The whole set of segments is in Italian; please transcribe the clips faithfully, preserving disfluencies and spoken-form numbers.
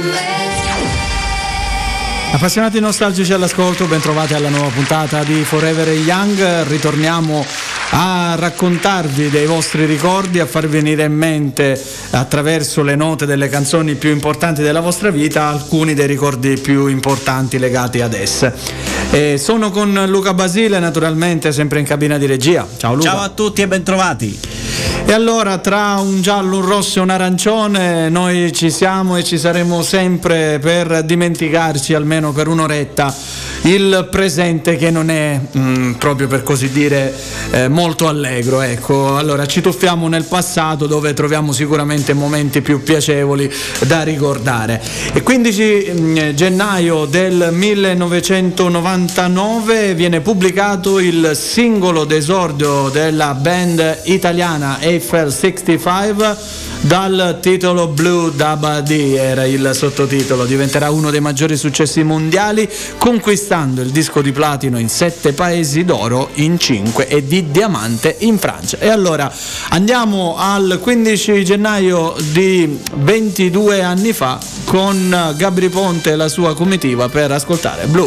Appassionati nostalgici all'ascolto, ben trovati alla nuova puntata di Forever Young. Ritorniamo a raccontarvi dei vostri ricordi, a far venire in mente attraverso le note delle canzoni più importanti della vostra vita alcuni dei ricordi più importanti legati ad esse. E sono con Luca Basile, naturalmente sempre in cabina di regia. Ciao Luca. Ciao a tutti e ben trovati. E allora, tra un giallo, un rosso e un arancione, noi ci siamo e ci saremo sempre per dimenticarci almeno per un'oretta il presente, che non è mh, proprio, per così dire, eh, molto allegro. Ecco, allora ci tuffiamo nel passato, dove troviamo sicuramente momenti più piacevoli da ricordare. Il quindici gennaio del millenovecentonovantanove viene pubblicato il singolo d'esordio della band italiana Eiffel sessantacinque, dal titolo Blue Dabba Dee era il sottotitolo. Diventerà uno dei maggiori successi mondiali, conquistando il disco di platino in sette paesi, d'oro in cinque e di diamante in Francia. E allora andiamo al quindici gennaio di ventidue anni fa con Gabry Ponte e la sua comitiva per ascoltare Blue.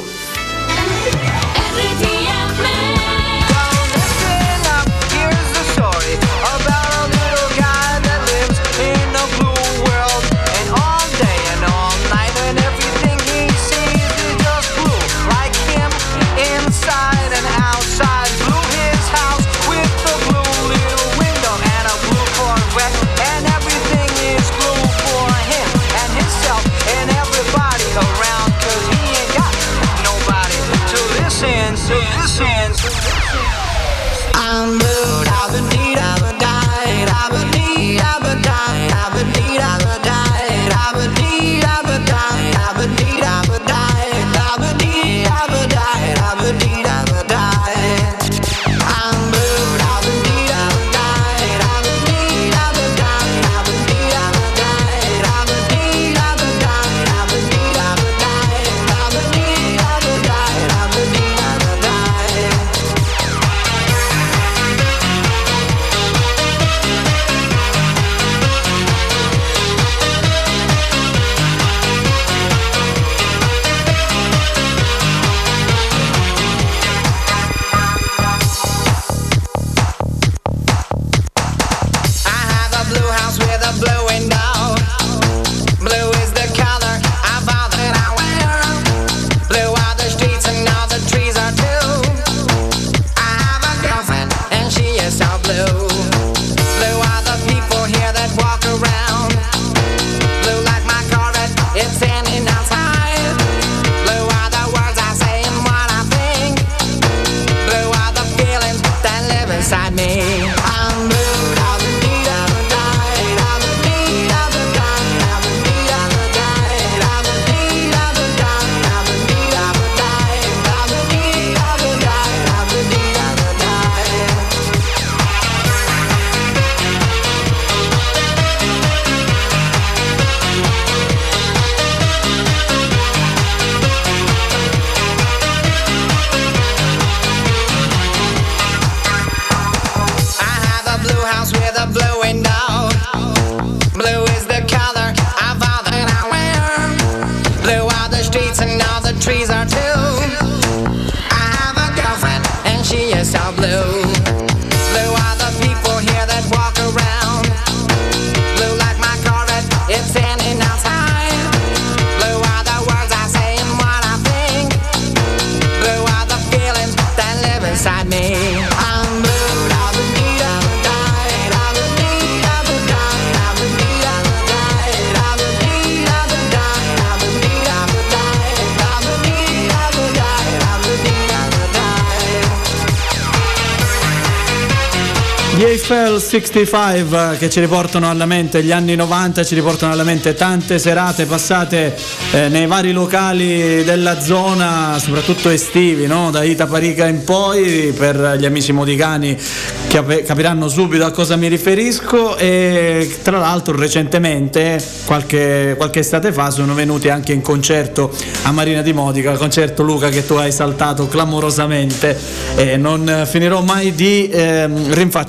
Gli Eiffel sessantacinque, che ci riportano alla mente gli anni novanta, ci riportano alla mente tante serate passate eh, nei vari locali della zona, soprattutto estivi, no? Da Itaparica in poi. Per gli amici modicani che capiranno subito a cosa mi riferisco. E tra l'altro recentemente, qualche, qualche estate fa, sono venuti anche in concerto a Marina di Modica, il concerto, Luca, che tu hai saltato clamorosamente, e non finirò mai di eh, rinfacciartelo.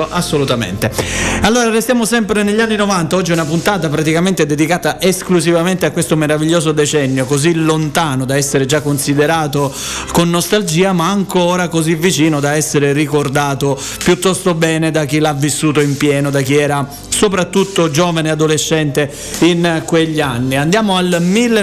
assolutamente. Allora restiamo sempre negli anni novanta, oggi è una puntata praticamente dedicata esclusivamente a questo meraviglioso decennio, così lontano da essere già considerato con nostalgia, ma ancora così vicino da essere ricordato piuttosto bene da chi l'ha vissuto in pieno, da chi era soprattutto giovane e adolescente in quegli anni. Andiamo al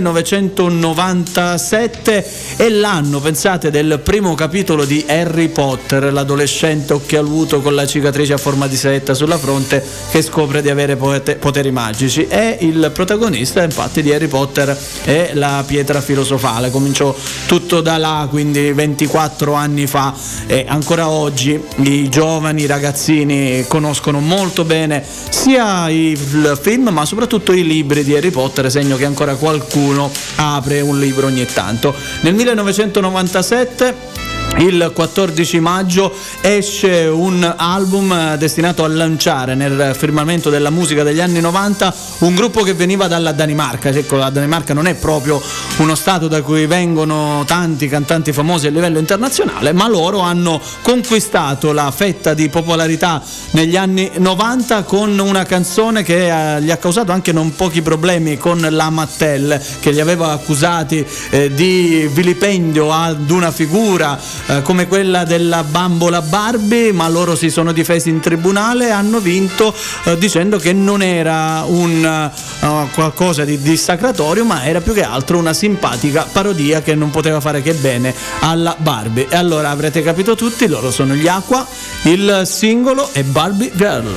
millenovecentonovantasette, è l'anno, pensate, del primo capitolo di Harry Potter, l'adolescente occhialuto con la cicatrice a forma di setta sulla fronte che scopre di avere poteri magici. E il protagonista infatti di Harry Potter è la pietra filosofale. Cominciò tutto da là, quindi ventiquattro anni fa, e ancora oggi i giovani, i ragazzini conoscono molto bene sia il film ma soprattutto i libri di Harry Potter, segno che ancora qualcuno apre un libro ogni tanto. Nel millenovecentonovantasette, il quattordici maggio, esce un album destinato a lanciare nel firmamento della musica degli anni novanta un gruppo che veniva dalla Danimarca. Ecco, la Danimarca non è proprio uno stato da cui vengono tanti cantanti famosi a livello internazionale, ma loro hanno conquistato la fetta di popolarità negli anni novanta con una canzone che eh, gli ha causato anche non pochi problemi con la Mattel, che li aveva accusati eh, di vilipendio ad una figura Eh, come quella della bambola Barbie, ma loro si sono difesi in tribunale e hanno vinto eh, dicendo che non era un uh, qualcosa di dissacratorio, ma era più che altro una simpatica parodia che non poteva fare che bene alla Barbie. E allora avrete capito tutti, loro sono gli Aqua, il singolo è Barbie Girl.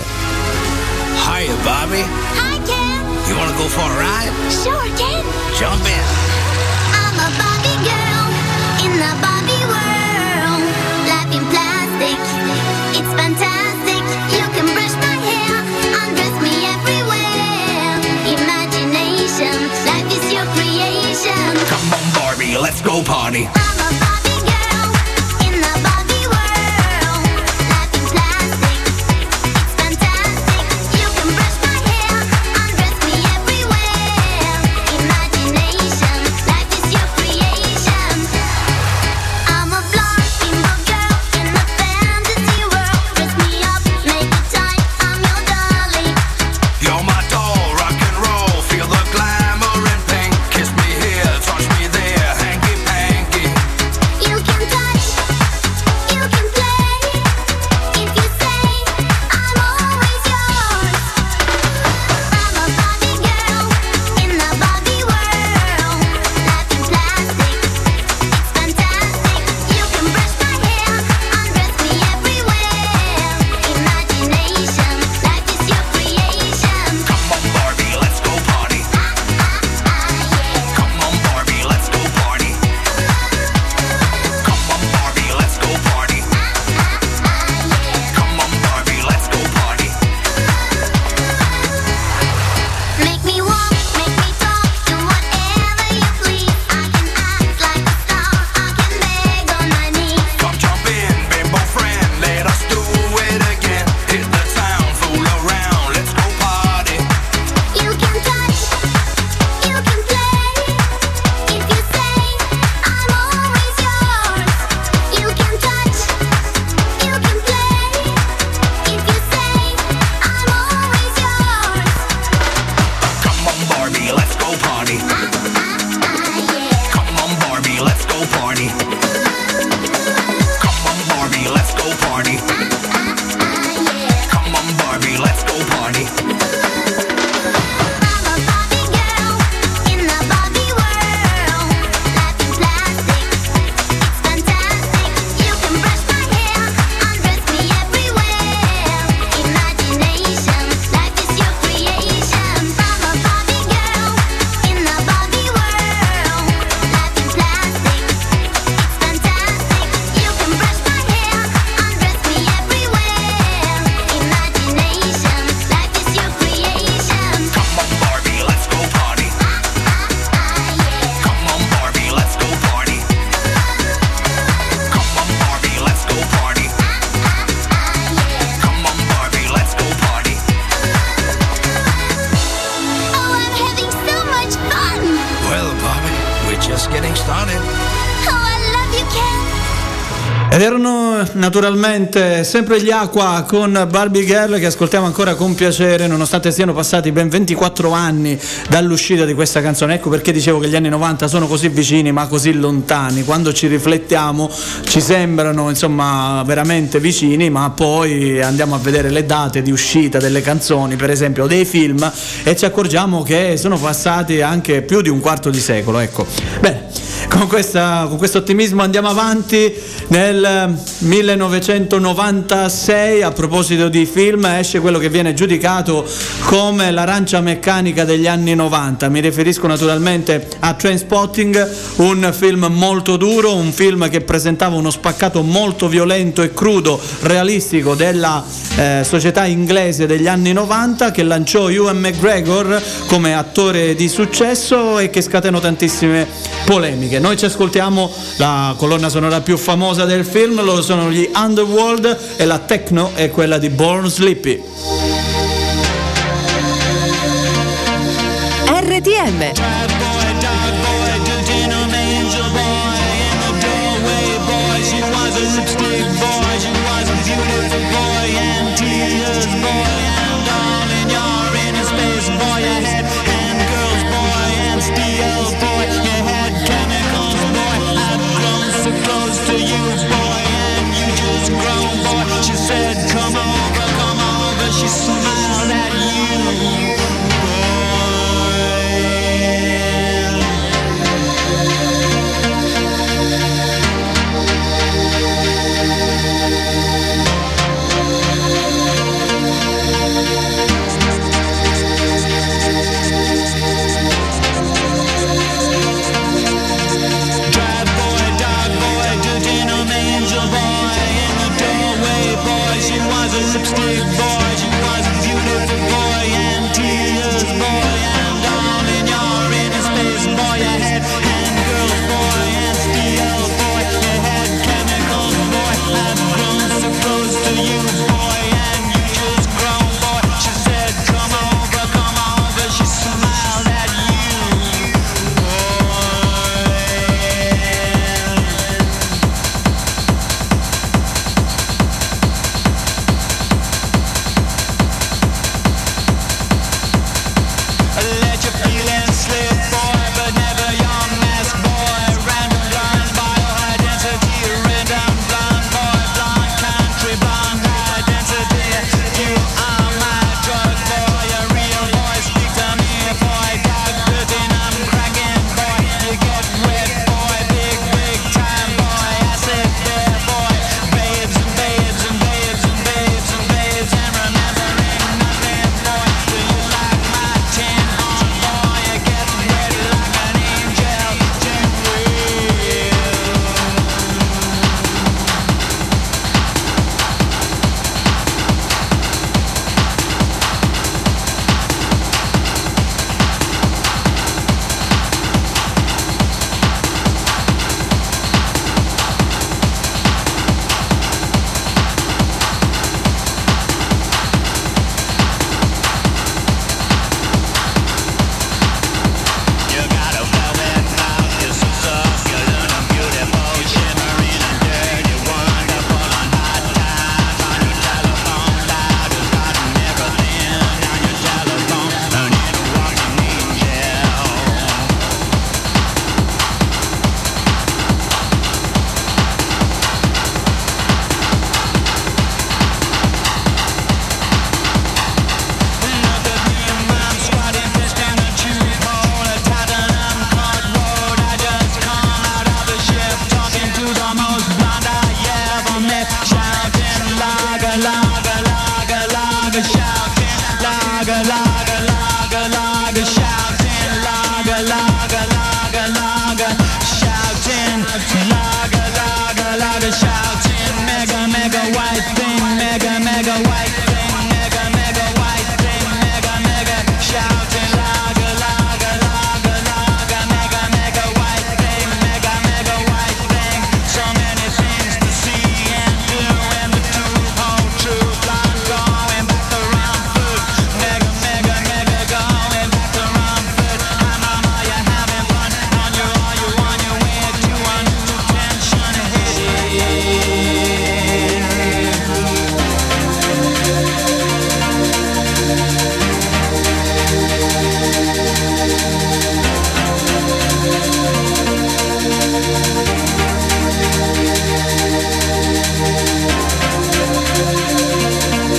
Hiya, Barbie. Hi, Ken. You wanna go for a ride? Sure, Ken. Jump in. I'm a Barbie girl in the Barbie world. Life in plastic, it's fantastic. You can brush my hair, undress me everywhere. Imagination, life is your creation. Come on, Barbie, let's go party. I'm a Barbie girl in the Barbie world. Life in plastic, it's fantastic. You can brush my hair, undress me everywhere. Imagination, life is your creation. I'm a blonde bimbo girl in a fantasy world. Dress me up, make it tight, I'm your darling. You're my doll, rock and roll. Feel the glamour and pink. Kiss me here, touch me there, hanky panky. You can touch, you can play. If you say I'm always yours. I'm a Barbie girl in the Barbie world. Life in plastic, it's fantastic. You can brush my hair, undress me everywhere. Imagination, life is your creation. Come on, Barbie, let's go party. Come on, Barbie, let's go party. Come on, Barbie, let's go party. Come on, Barbie, let's go party. Make me walk, make me talk, do whatever you please. I can act like a star, I can beg on my knees. Come jump in, bimbo friend, let us do it again. Hit the town, fool around, let's go party. You can touch, you can play. If you say I'm always yours. You can touch, you can play. If you say I'm always yours. Come on, Barbie, let's go party. Ah, yeah. Come on, Barbie, let's go party. Come on, Barbie, let's go party. Ah, yeah. Come on, Barbie, let's go party. I'm a Barbie girl in the Barbie world. Life in plastic, it's fantastic. You can brush my hair, undress me everywhere. Imagination, life is your creation. I'm a Barbie girl in the Barbie world. Life in plastic, it's fantastic. You can brush my hair, undress me everywhere. Imagination, life is your creation. Come on, Barbie, let's go party. Come on, Barbie, let's go party. Come on, Barbie, let's go party. Come on, Barbie, let's go party. Oh, I'm having so much fun. Well, Barbie, we're just getting started. Oh, I love you, Ken. Ed erano naturalmente sempre gli Aqua con Barbie Girl, che ascoltiamo ancora con piacere nonostante siano passati ben ventiquattro anni dall'uscita di questa canzone. Ecco perché dicevo che gli anni novanta sono così vicini ma così lontani. Quando ci riflettiamo ci sembrano insomma veramente vicini, ma poi andiamo a vedere le date di uscita delle canzoni, per esempio dei film, e ci accorgiamo che sono passati anche più di un quarto di secolo. Ecco, bene, con questa, con questo ottimismo andiamo avanti. Nel millenovecentonovantasei, a proposito di film, esce quello che viene giudicato come l'arancia meccanica degli anni novanta. Mi riferisco naturalmente a Trainspotting, un film molto duro, un film che presentava uno spaccato molto violento e crudo, realistico della eh, società inglese degli anni novanta, che lanciò Ewan McGregor come attore di successo e che scatenò tantissime polemiche. Noi ci ascoltiamo la colonna sonora più famosa del film, loro sono gli Underworld e la techno è quella di Born Sleepy. R T M Lipstick boy, she was a beautiful boy.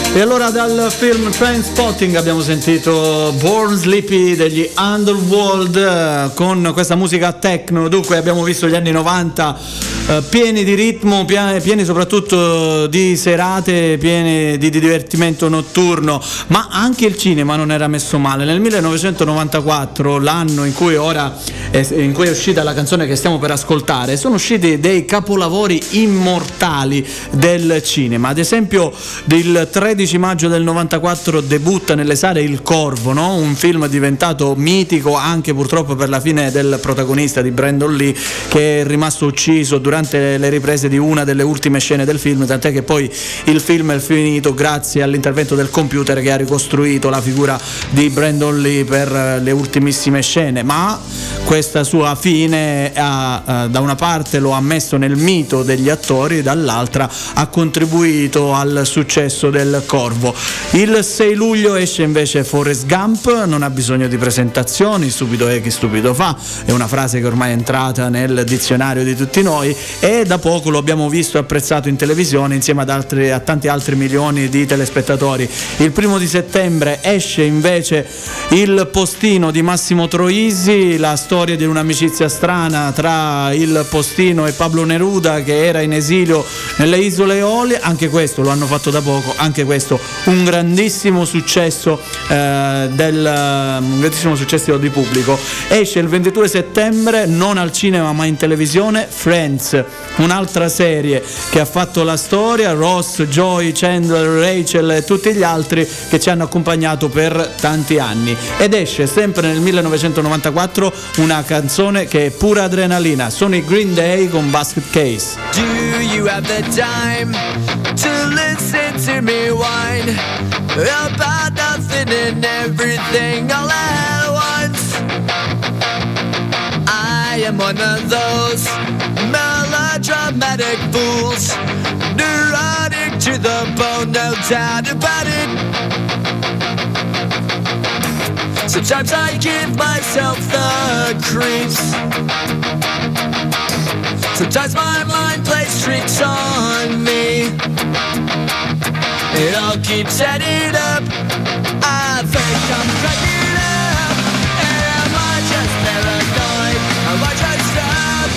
E allora dal film Trainspotting abbiamo sentito Born Sleepy degli Underworld, eh, con questa musica techno. Dunque abbiamo visto gli anni novanta eh, pieni di ritmo, pia- pieni soprattutto di serate, pieni di, di divertimento notturno, ma anche il cinema non era messo male. Nel millenovecentonovantaquattro, l'anno in cui ora è, in cui è uscita la canzone che stiamo per ascoltare, sono usciti dei capolavori immortali del cinema. Ad esempio il tredici maggio del novantaquattro debutta nelle sale Il Corvo, no? Un film diventato mitico anche purtroppo per la fine del protagonista, di Brandon Lee, che è rimasto ucciso durante le riprese di una delle ultime scene del film, tant'è che poi il film è finito grazie all'intervento del computer che ha ricostruito la figura di Brandon Lee per le ultimissime scene. Ma questa sua fine ha, da una parte lo ha messo nel mito degli attori, dall'altra ha contribuito al successo del Corvo. Il sei luglio esce invece Forrest Gump, non ha bisogno di presentazioni, stupido è chi stupido fa, è una frase che ormai è entrata nel dizionario di tutti noi, e da poco lo abbiamo visto e apprezzato in televisione insieme ad altri, a tanti altri milioni di telespettatori. Il primo di settembre esce invece Il Postino di Massimo Troisi, la storia di un'amicizia strana tra il postino e Pablo Neruda, che era in esilio nelle Isole Eolie. Anche questo lo hanno fatto da poco, anche questo un grandissimo successo eh, del un grandissimo successo di pubblico. Esce il ventidue settembre, non al cinema ma in televisione, Friends, un'altra serie che ha fatto la storia, Ross, Joey, Chandler, Rachel e tutti gli altri che ci hanno accompagnato per tanti anni. Ed esce sempre nel millenovecentonovantaquattro una canzone che è pura adrenalina, sono i Green Day con Basket Case. Do you have the time to listen to me whine about nothing and everything all at once? I am one of those melodramatic fools, neurotic to the bone, no doubt about it. Sometimes I give myself the creeps. Sometimes my mind plays tricks on me. It all keeps adding up. I think I'm cracking up. Am I just paranoid? Am I just up?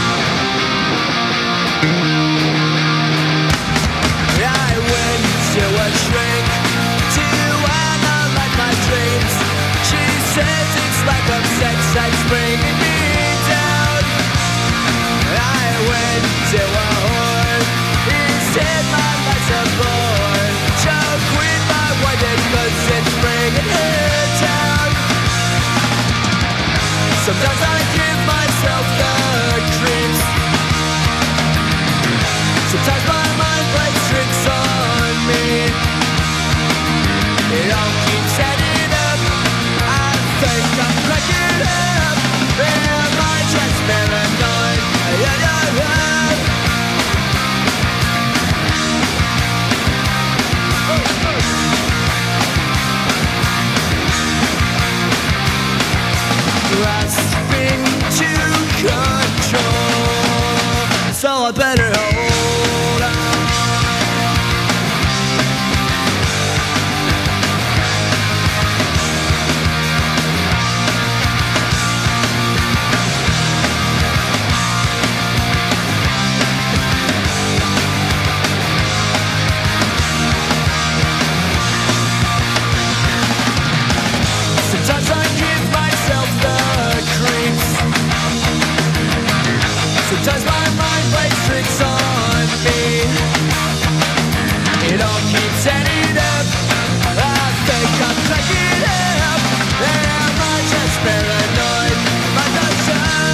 I went to a shrink to analyze my dreams. She says it's like a sex that's bringing me down. I went to a whore. He said my life's a bore. Choke with my white cause it's bringing her down. Sometimes I give myself the creeps. Sometimes my mind plays tricks on me. It all keeps adding up. I think I'm cracking up. Am I just paranoid? Yeah, yeah, yeah. Grasping to control, so I better hold on. Sometimes I give myself the creeps. Sometimes my mind plays tricks on me. It all keeps adding up. I think I'm cracking up. Am I just paranoid? Am I just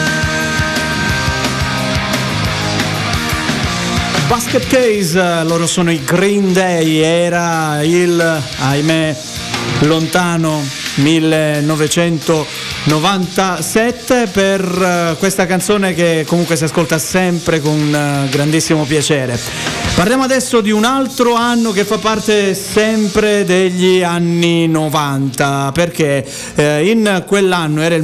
up? Basket Case, loro sono i Green Day, era il, ahimè, lontano millenovecentonovantasette, per questa canzone che comunque si ascolta sempre con grandissimo piacere. Parliamo adesso di un altro anno che fa parte sempre degli anni novanta, perché eh, in quell'anno era il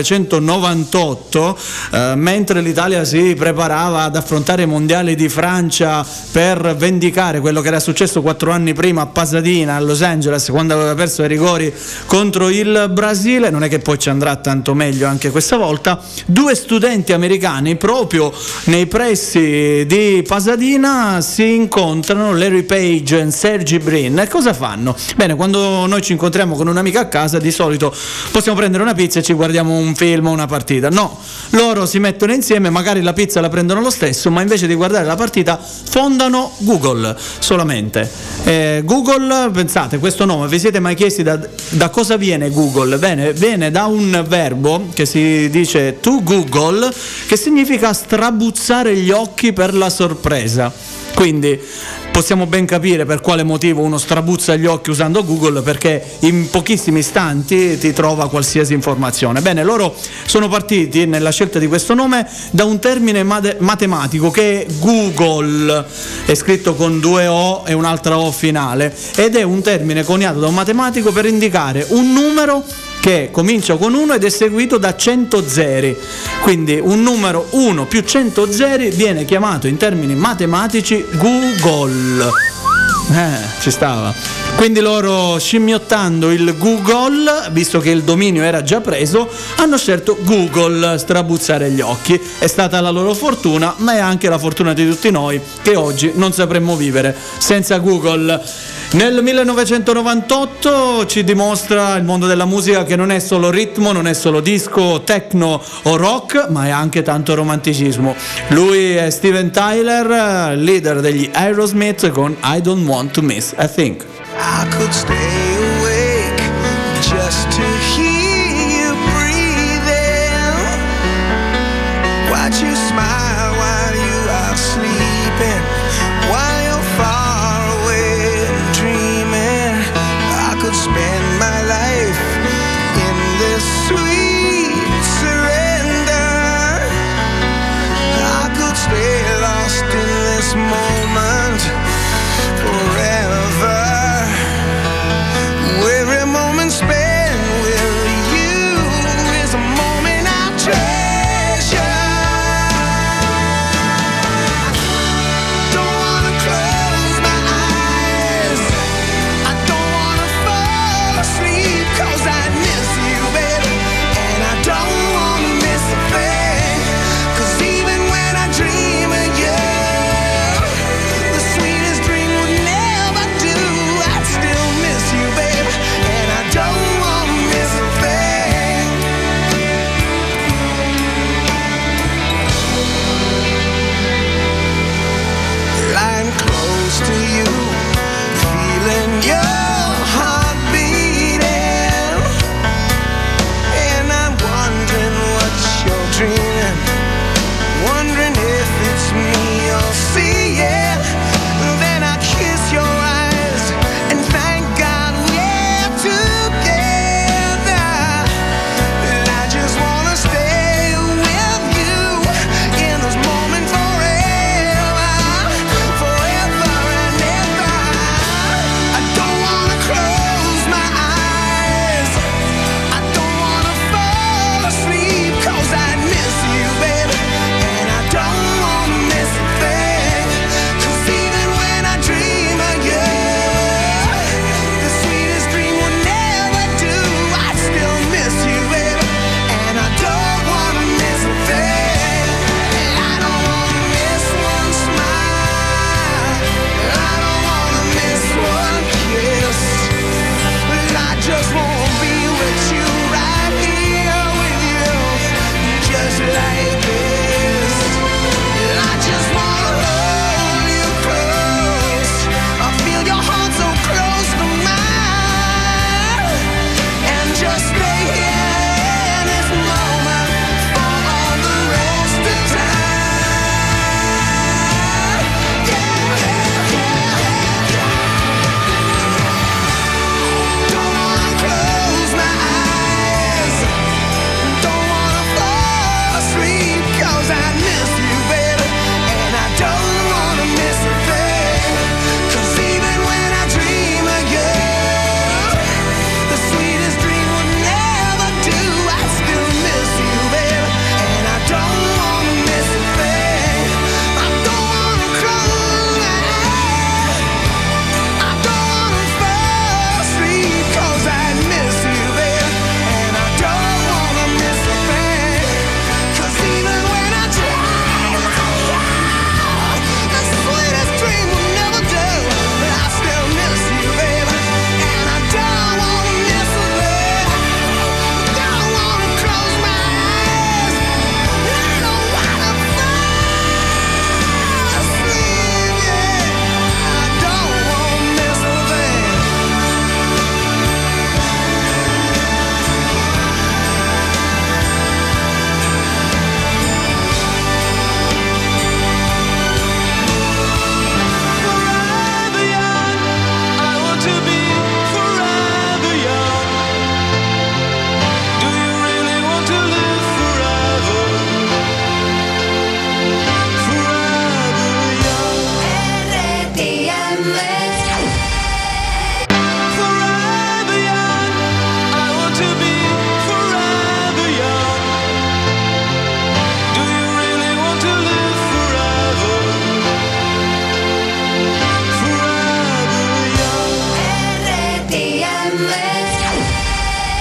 millenovecentonovantotto, eh, mentre l'Italia si preparava ad affrontare i mondiali di Francia per vendicare quello che era successo quattro anni prima a Pasadena, a Los Angeles, quando aveva perso ai rigori contro il Brasile. Non è che poi ci andrà tanto meglio anche questa volta. Due studenti americani proprio nei pressi di Pasadena si incontrano, Larry Page e Sergey Brin, e cosa fanno? Bene, quando noi ci incontriamo con un'amica a casa di solito possiamo prendere una pizza e ci guardiamo un film o una partita. No, loro si mettono insieme, magari la pizza la prendono lo stesso, ma invece di guardare la partita fondano Google solamente. eh, Google, pensate, questo nome, vi siete mai chiesti da, da cosa viene Google? Bene, viene da un verbo che si dice to Google, che significa strabuzzare gli occhi per la sorpresa. Quindi possiamo ben capire per quale motivo uno strabuzza gli occhi usando Google, perché in pochissimi istanti ti trova qualsiasi informazione. Bene, loro sono partiti nella scelta di questo nome da un termine mate- matematico che è Google, è scritto con due O e un'altra O finale, ed è un termine coniato da un matematico per indicare un numero che comincia con uno ed è seguito da cento zeri. Quindi un numero uno più cento zeri viene chiamato in termini matematici Google. Eh, ci stava. Quindi loro, scimmiottando il Google, visto che il dominio era già preso, hanno scelto Google, strabuzzare gli occhi. È stata la loro fortuna, ma è anche la fortuna di tutti noi, che oggi non sapremmo vivere senza Google. Nel millenovecentonovantotto ci dimostra il mondo della musica che non è solo ritmo, non è solo disco, techno o rock, ma è anche tanto romanticismo. Lui è Steven Tyler, leader degli Aerosmith, con I Don't Want to Miss a Thing. I could stay awake just to hear you breathing. Watch you smile while you are sleeping, while you're far away and dreaming. I could spend my life in this sweet surrender. I could stay lost in this moment forever.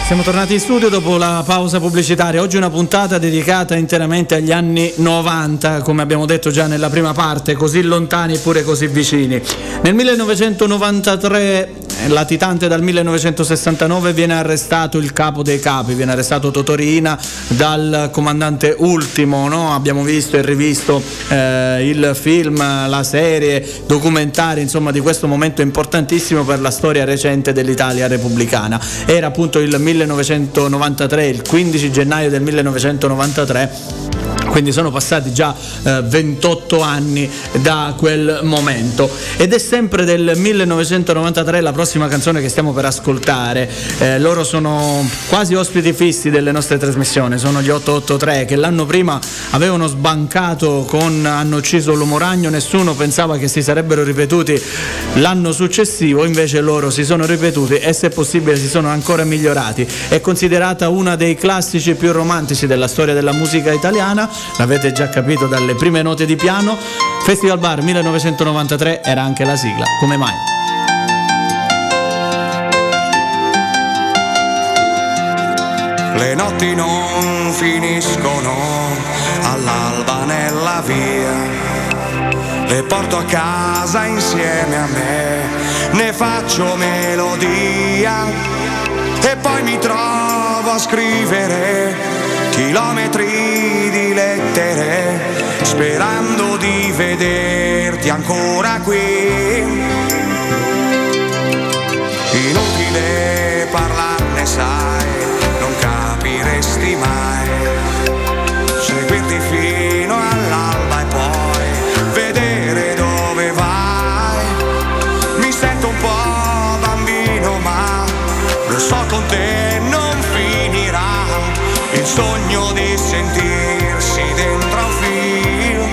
Siamo tornati in studio dopo la pausa pubblicitaria. Oggi una puntata dedicata interamente agli anni novanta, come abbiamo detto già nella prima parte, così lontani eppure così vicini. Nel millenovecentonovantatré, latitante dal millenovecentosessantanove, viene arrestato il capo dei capi, viene arrestato Totò Riina dal comandante Ultimo, no? Abbiamo visto e rivisto eh, il film, la serie, documentari, insomma, di questo momento importantissimo per la storia recente dell'Italia repubblicana. Era appunto il millenovecentonovantatré, il quindici gennaio del millenovecentonovantatré, quindi sono passati già eh, ventotto anni da quel momento, ed è sempre del millenovecentonovantatré la prossima canzone che stiamo per ascoltare. Eh, loro sono quasi ospiti fissi delle nostre trasmissioni, sono gli otto otto tre, che l'anno prima avevano sbancato con Hanno ucciso l'uomo ragno, nessuno pensava che si sarebbero ripetuti l'anno successivo, invece loro si sono ripetuti e, se possibile, si sono ancora migliorati. È considerata una dei classici più romantici della storia della musica italiana, l'avete già capito dalle prime note di piano. Festival Bar millenovecentonovantatré era anche la sigla. Come mai? Le notti non finiscono all'alba nella via, le porto a casa insieme a me, ne faccio melodia e poi mi trovo a scrivere chilometri di lettere, sperando di vederti ancora qui. Inutile parlarne, sai, non capiresti mai. Seguirti fino all'alba e poi vedere dove vai. Mi sento un po' bambino, ma lo so con te non finirà. Il sogno di sentirsi dentro un film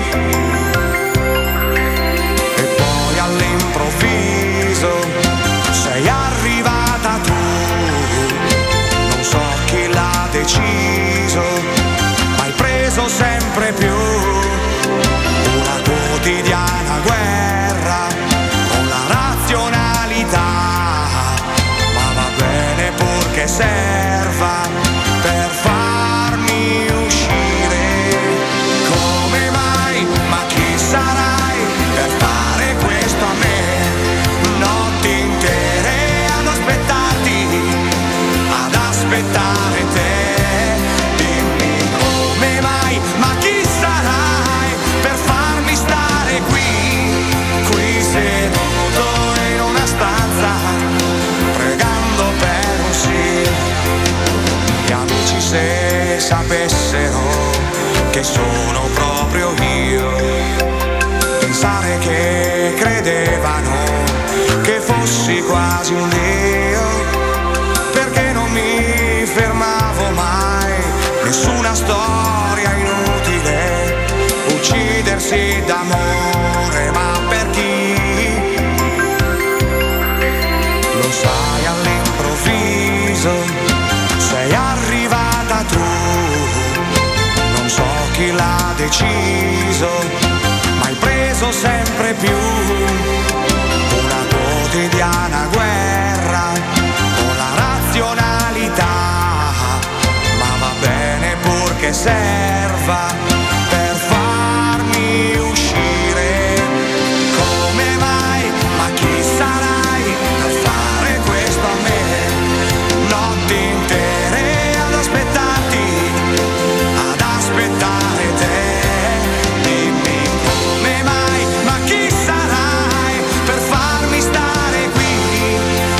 e poi all'improvviso sei arrivata tu. Non so chi l'ha deciso, ma hai preso sempre più una quotidiana guerra con la razionalità, ma va bene purché serva per farmi uscire. Come mai? Ma chi sarai per fare questo a me? Notti intere ad aspettarti, ad aspettare te. Dimmi come mai? Ma chi sarai per farmi stare qui, qui seduto in una stanza, pregando per un sì. Gli amici, se sapessero che sono proprio io, pensare che credevano che fossi quasi un dio, perché non mi fermavo mai. Nessuna storia inutile, uccidersi d'amore, ma per chi? Lo sai, all'improvviso sei arrivata tu. Non so chi l'ha deciso, ma hai preso sempre più una quotidiana guerra con la razionalità, ma va bene purché serva per farmi uscire. Come mai? Ma chi sarai per fare questo a me? Notti intere ad aspettarti, ad aspettare te. Dimmi come mai? Ma chi sarai per farmi stare qui,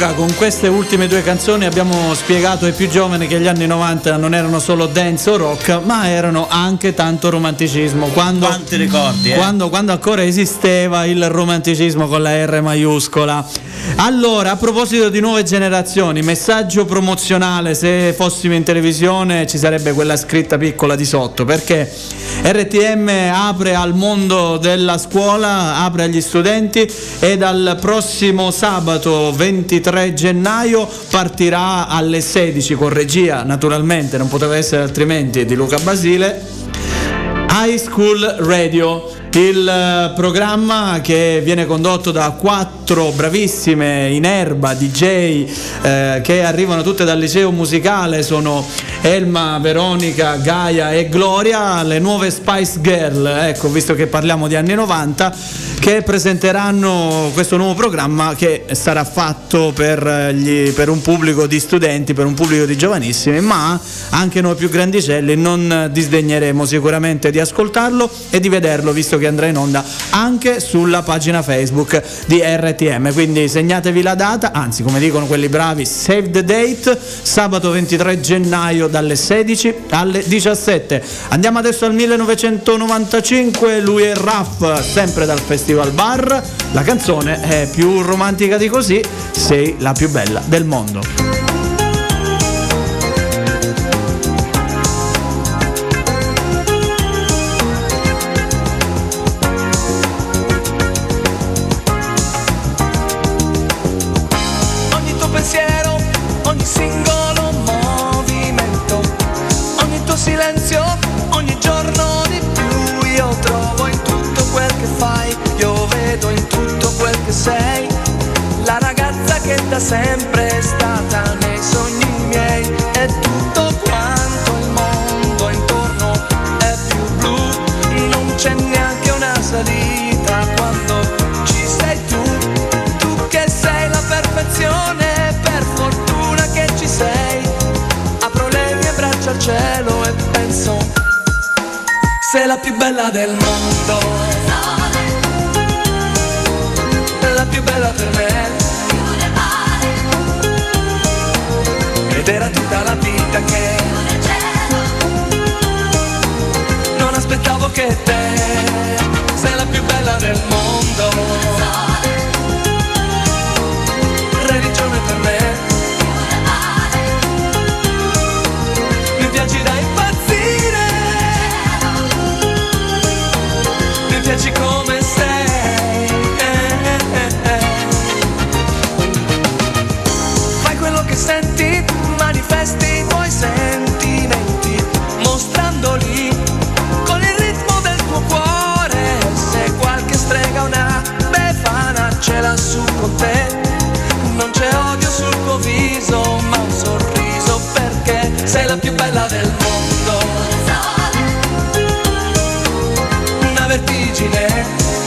Luca, con queste ultime due canzoni abbiamo spiegato ai più giovani che gli anni novanta non erano solo dance o rock, ma erano anche tanto romanticismo. Quando, Quanti ricordi, eh? quando, quando ancora esisteva il romanticismo con la R maiuscola. Allora, a proposito di nuove generazioni, messaggio promozionale: se fossimo in televisione ci sarebbe quella scritta piccola di sotto, perché R T M apre al mondo della scuola, apre agli studenti, e dal prossimo sabato ventitré gennaio partirà alle sedici, con regia naturalmente, non poteva essere altrimenti, di Luca Basile, High School Radio, il programma che viene condotto da quattro bravissime in erba D J eh, che arrivano tutte dal liceo musicale. Sono Elma, Veronica, Gaia e Gloria, le nuove Spice Girl, ecco, visto che parliamo di anni novanta, che presenteranno questo nuovo programma che sarà fatto per, gli, per un pubblico di studenti, per un pubblico di giovanissimi, ma anche noi più grandicelli non disdegneremo sicuramente di ascoltarlo e di vederlo, visto che andrà in onda anche sulla pagina Facebook di R T M. Quindi segnatevi la data, anzi, come dicono quelli bravi, save the date, sabato ventitré gennaio dalle sedici alle diciassette. Andiamo adesso al millenovecentonovantacinque, lui è Raff, sempre dal Festival Bar. La canzone è più romantica di così: sei la più bella del mondo. Silenzio, ogni giorno di più io trovo in tutto quel che fai, io vedo in tutto quel che sei, la ragazza che da sempre è stata nei sogni miei, e tutto quanto il mondo intorno è più blu, non c'è neanche una salita quando ci sei tu, tu che sei la perfezione, per fortuna che ci sei, apro le mie braccia al cielo e penso, sei la più bella del mondo, la più bella per me, ed era tutta la vita che non aspettavo che te, sei la più bella del mondo, religione per me, mi piaci da impazzire, mi piaci come sei, eh, eh, eh. Fai quello che senti, manifesti i tuoi sentimenti, mostrandoli con il ritmo del tuo cuore, se qualche strega, una befana ce l'ha su con te, non c'è odio sul tuo viso, ma un sorriso, perché sei la più bella del mondo, una vertigine,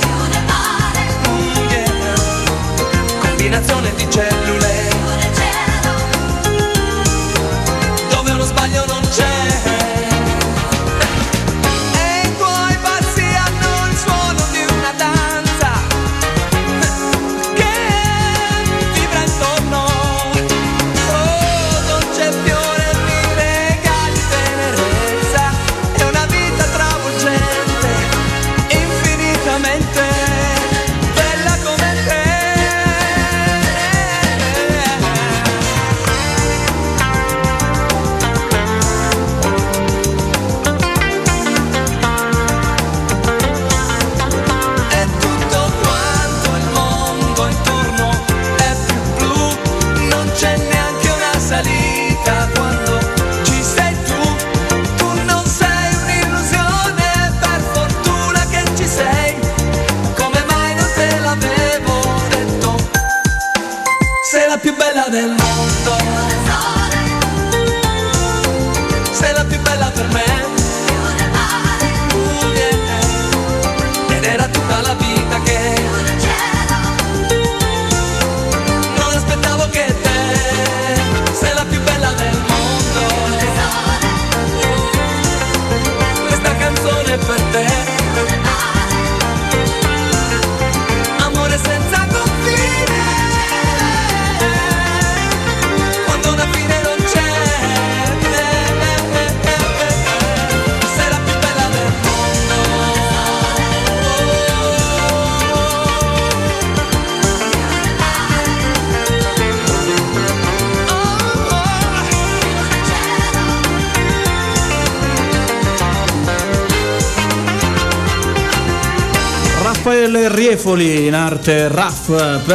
mm, yeah. Combinazione di cellule, dove uno sbaglio non c'è, e i tuoi passi hanno il suono di una danza che vibra intorno, oh, dolce fiore mi regali tenerezza, è una vita travolgente, infinitamente bella come te. E tutto quanto il mondo intorno è più blu, non c'è neanche una salita quando ci sei tu, tu non sei un'illusione, per fortuna che ci sei, come mai non te l'avevo detto, sei la più bella del mondo, sei la più bella per me, uh, yeah. Ed era tutta la vita che non aspettavo che te, sei la più bella del mondo, questa canzone è per te, amore senza confine. Noel Riefoli in arte Raff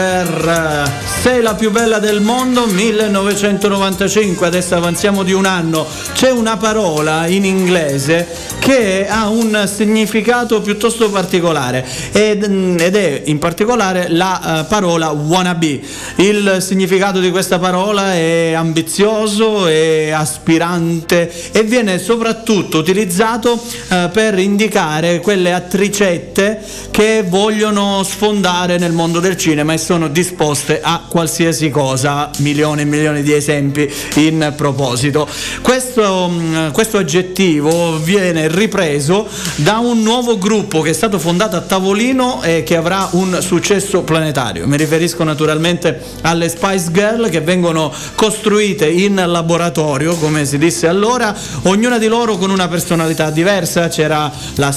per uh, Sei la più bella del mondo, millenovecentonovantacinque. Adesso avanziamo di un anno. C'è una parola in inglese che ha un significato piuttosto particolare ed, ed è in particolare la uh, parola wannabe. Il significato di questa parola è ambizioso, è aspirante e viene soprattutto utilizzato uh, per indicare quelle attricette che vogliono sfondare nel mondo del cinema e sono disposte a qualsiasi cosa. Milioni e milioni di esempi in proposito. Questo, questo aggettivo viene ripreso da un nuovo gruppo che è stato fondato a tavolino e che avrà un successo planetario. Mi riferisco naturalmente alle Spice Girl, che vengono costruite in laboratorio, come si disse allora, ognuna di loro con una personalità diversa. C'era la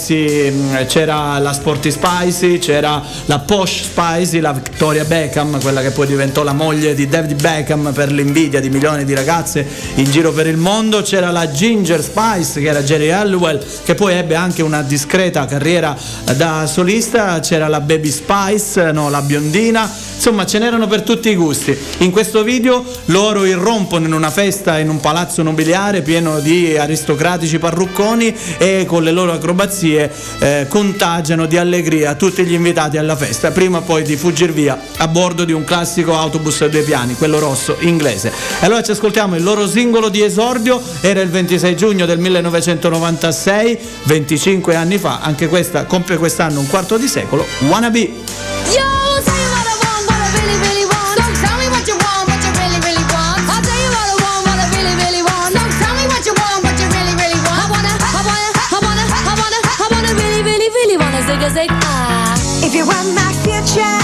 Spicy, c'era la Sporty Spicy, c'era la Posh Spicy, la Victoria Beckham, quella che poi diventò la moglie di David Beckham per l'invidia di milioni di ragazze in giro per il mondo. C'era la Ginger Spice, che era Jerry Halliwell, che poi ebbe anche una discreta carriera da solista. C'era la Baby Spice, no, la biondina. Insomma, ce n'erano per tutti i gusti. In questo video loro irrompono in una festa in un palazzo nobiliare pieno di aristocratici parrucconi e con le loro acrobazie eh, contagiano di allegria tutti gli invitati alla festa, prima poi di fuggir via a bordo di un classico autobus a due piani, quello rosso inglese. E allora ci ascoltiamo il loro singolo di esordio. Era il ventisei giugno del millenovecentonovantasei, venticinque anni fa. Anche questa compie quest'anno un quarto di secolo. Wannabe. Yo, tell you what I want, what I really, really want. Don't tell me what you want, what you really, really want. I'll tell you what I want, what I really, really want. Don't tell me what you want, what you really, really want. I wanna, I wanna, I wanna, I wanna, I wanna really, really, really wanna zig a zig ah. If you want my future,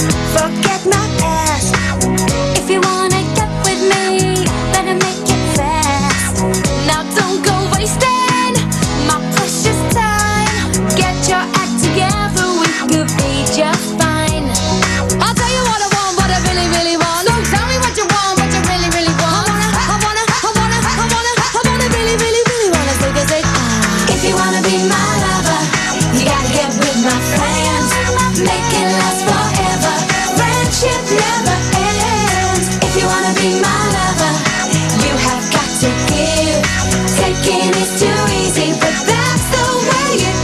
forget my past. If you wanna get with me, better make it fast. Now don't go wasting my precious time. Get your act together, we could be just fine. I'll tell you what I want, what I really, really want. Don't tell me what you want, what you really, really want. I wanna, I wanna, I wanna, I wanna, I wanna really, really, really wanna zig a zig ah. If you wanna be my lover, you gotta get with my friends. Make it last forever. Friendship never ends. If you wanna be my lover, you have got to give. Taking is too easy, but that's the way it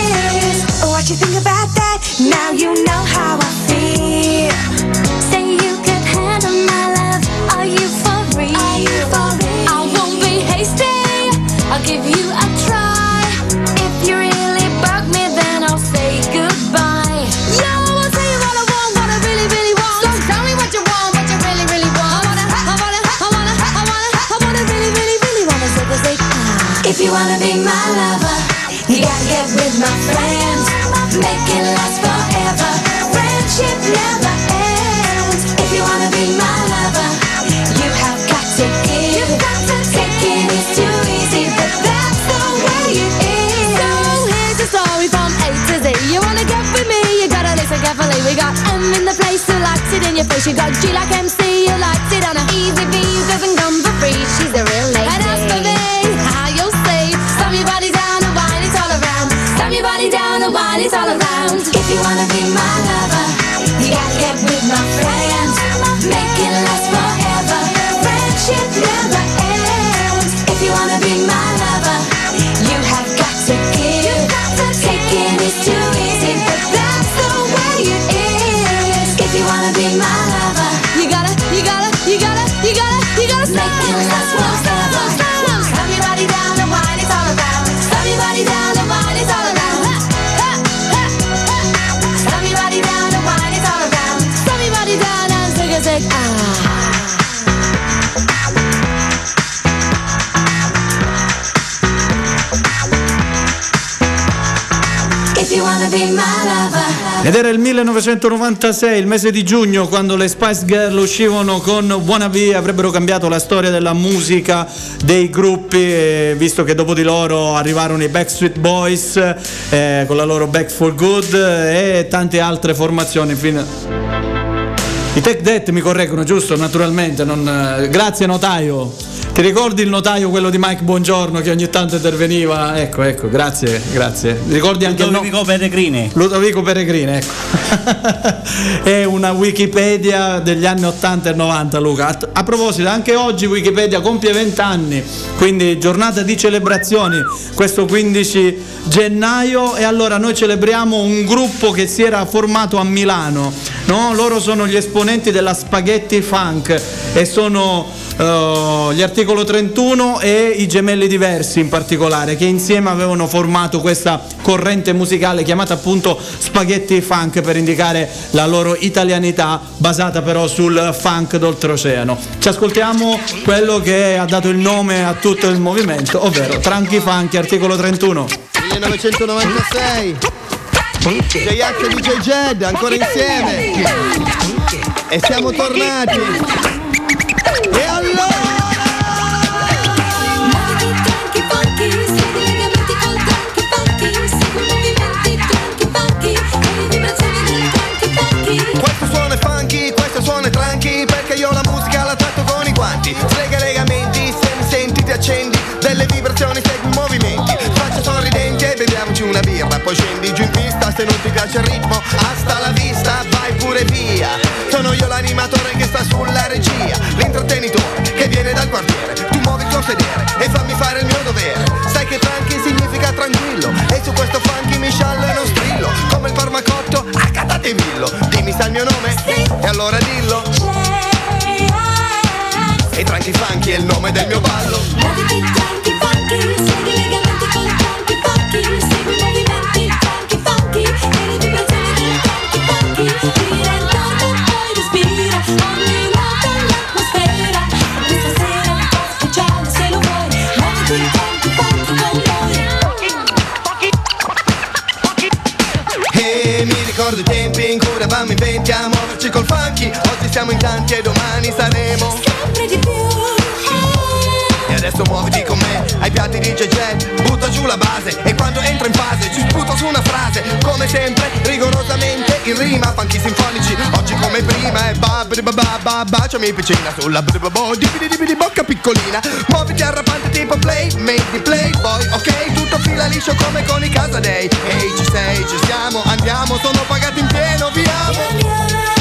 is. What you think about that? Now you know how I feel. Say you could handle my love. Are you for real? Are you for real? I won't be hasty. I'll give you a try. If you really bug me, then I'll say goodbye. Yo, I'll tell you what I want, what I really, really want. Don't tell me what you want, what you really, really want. I wanna, I wanna, I wanna, I wanna, I wanna really, really, really wanna zig a zig ah. If you wanna be my lover, you gotta get with my friends. Make it last forever. Friendship never ends. If you wanna be my lover, you have got to give. Taking is too easy, but that's the way it is. So here's the story from A to Z. You wanna get with me, you gotta listen carefully. We got M in the place who likes it in your face. You got G like M C who likes it on a easy V who doesn't come for free. She's a real lady. And as for me, how you'll see, slam your body down and wine it all around. Slam your body down and wine it all around. If you wanna be my lover, you gotta get with my friends. Make it last forever. Friendship never ends. If you wanna be my lover, you have got to give. Taking is too easy, but that's the way it is. If you wanna be my lover, You gotta, you gotta, you gotta, you gotta, you gotta stop. make it last forever. Slam your body down and wine it all around. Slam your body down and wine it all around. Slam your body down and wine it all around. Stop your body down and zig a zig ah. If you wanna be my lover. Ed era il millenovecentonovantasei, il mese di giugno, quando le Spice Girl uscivano con Wannabe. Avrebbero cambiato la storia della musica, dei gruppi, eh, visto che dopo di loro arrivarono i Backstreet Boys eh, con la loro Back for Good eh, e tante altre formazioni. Fino... I Take That mi correggono, giusto? Naturalmente, non... grazie notaio. Ti ricordi il notaio, quello di Mike Buongiorno, che ogni tanto interveniva? Ecco, ecco, grazie, grazie. Ricordi anche Ludovico il no... Peregrini. Ludovico Peregrini, ecco. È una Wikipedia degli anni ottanta e novanta, Luca. A, a proposito, anche oggi Wikipedia compie venti anni, quindi giornata di celebrazioni questo quindici gennaio, e allora noi celebriamo un gruppo che si era formato a Milano, no? Loro sono gli esponenti della Spaghetti Funk e sono Uh, gli Articolo trentuno e i Gemelli Diversi in particolare, che insieme avevano formato questa corrente musicale chiamata appunto Spaghetti Funk, per indicare la loro italianità basata però sul funk d'oltreoceano. Ci ascoltiamo quello che ha dato il nome a tutto il movimento, ovvero Tranchi Funky, Articolo trentuno. millenovecentonovantasei J-Ax e D J Jed ancora insieme e siamo tornati. E allora Muoviti tranqui funky, segui i legamenti col tranqui funky, segui i movimenti tranqui funky e le vibrazioni del tranqui funky. questo suono è funky, questo suono è tranqui, perché io la musica la tratto con i guanti. Slega i legamenti, se mi senti ti accendi, delle vibrazioni segui i movimenti. Faccia sorridenti e beviamoci una birra, poi scendi giù in pista, se non ti piace il ritmo hasta la vista, vai pure via. Sono io l'animatore che sta sulla regia, l'intrattenitore che viene dal quartiere. Tu muovi il tuo sedere e fammi fare il mio dovere. Sai che tranqui significa tranquillo, e su questo funky mi sciallo e non strillo, come il farmacotto a catatevillo. Dimmi sa il mio nome? Sì. E allora dillo. E tranqui funky è il nome del mio ballo. Muoviti tranqui funky, segui i legamenti col tranqui funky, segui i movimenti tranqui funky e le vibrazioni del tranqui funky. Gira intorno e poi respira ogni nota l'atmosfera. Questa sera è un po' speciale se lo vuoi. Muoviti tranqui funky con noi. E mi ricordo i tempi in cui eravamo in venti a muoverci col funky. Oggi siamo in tanti e domani saremo Sempre di più. E adesso muoviti con me, ai piatti di J J, butta giù la base e quando entro in fase ci sputo su una frase. Come sempre, rigorosamente in rima, funky sinfonici, oggi come prima. E ba ba ba ba baciami piccina sulla ba ba ba di di di di bocca piccolina. Muoviti arrapante tipo play, made di playboy, ok? Tutto fila liscio come con i Casadei. Ehi ci sei, ci siamo, andiamo, sono pagati in pieno, viamo.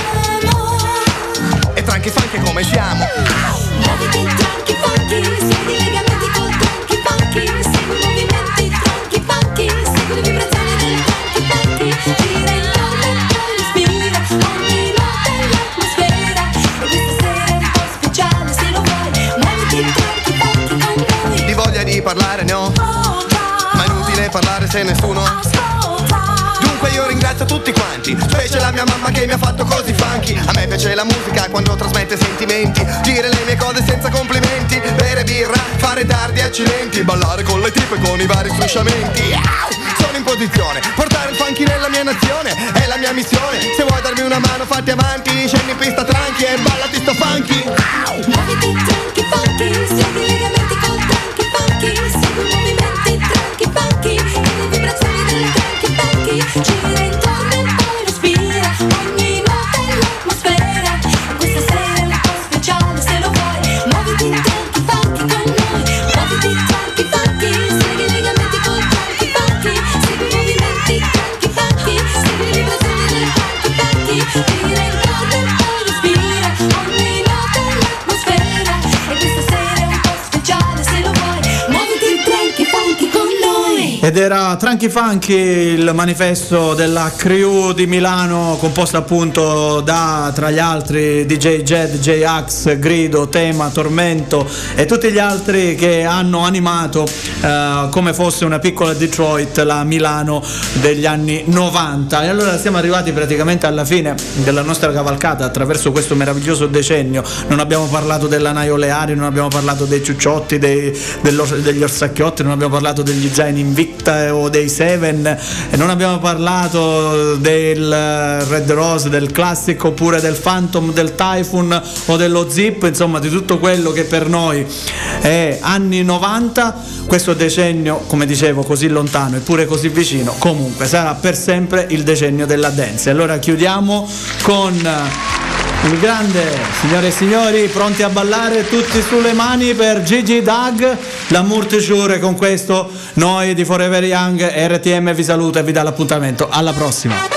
E tranqui funky come siamo. Muoviti tranqui funky, segui i legamenti col tranqui funky, segui i movimenti tranqui funky, segui le vibrazioni del tranqui funky. Gira intorno e poi respira ogni nota è l'atmosfera. E questa sera è un po' speciale se lo vuoi. Muoviti tranqui funky con noi. Di voglia di parlare ne ho, Ascolta, ma è inutile parlare se nessuno. ascolta. Dunque io ringrazio tutti quanti, specie la mia mamma che mi ha fatto così funky. A me piace la musica quando trasmette sentimenti, dire le mie cose senza complimenti, bere birra, fare tardi accidenti, ballare con le tipe con i vari strusciamenti. Sono in posizione, portare il funky nella mia nazione è la mia missione. Se vuoi darmi una mano fatti avanti, scendi in pista tranqui e ballati sto funky. Muoviti tranqui funky, segui i legamenti col tranqui funky, segui i movimenti tranqui funky e le vibrazioni del tranqui funky. Gira intorno e poi respira ogni nota è l'atmosfera. E questa sera è un po' speciale se lo vuoi. Muoviti tranqui funky con noi. Muoviti tranqui funky, segui i legamenti col tranqui funky, segui i movimenti tranqui funky, segui le vibrazioni del tranqui funky. Gira intorno e poi respira ogni nota è l'atmosfera. E questa sera è un po' speciale se lo vuoi. Muoviti tranqui funky con noi. Ed era Tranqui Funky, il manifesto della crew di Milano, composta appunto da, tra gli altri, D J Jed, J-Ax, Grido, Tema, Tormento e tutti gli altri che hanno animato eh, come fosse una piccola Detroit la Milano degli anni novanta. E allora siamo arrivati praticamente alla fine della nostra cavalcata attraverso questo meraviglioso decennio. Non abbiamo parlato della Naio Leari, non abbiamo parlato dei Ciucciotti, dei, degli Orsacchiotti, non abbiamo parlato degli Zaini Invicta o dei Seven, e non abbiamo parlato del Red Rose, del Classic, oppure del Phantom, del Typhoon o dello Zip, insomma di tutto quello che per noi è anni novanta. Questo decennio, come dicevo, così lontano eppure così vicino, comunque sarà per sempre il decennio della dance. Allora chiudiamo con Il grande, signore e signori, pronti a ballare tutti sulle mani per Gigi Doug, l'amour toujours. Con questo noi di Forever Young R T M vi saluta e vi dà l'appuntamento alla prossima.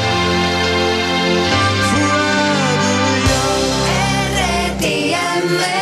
R T M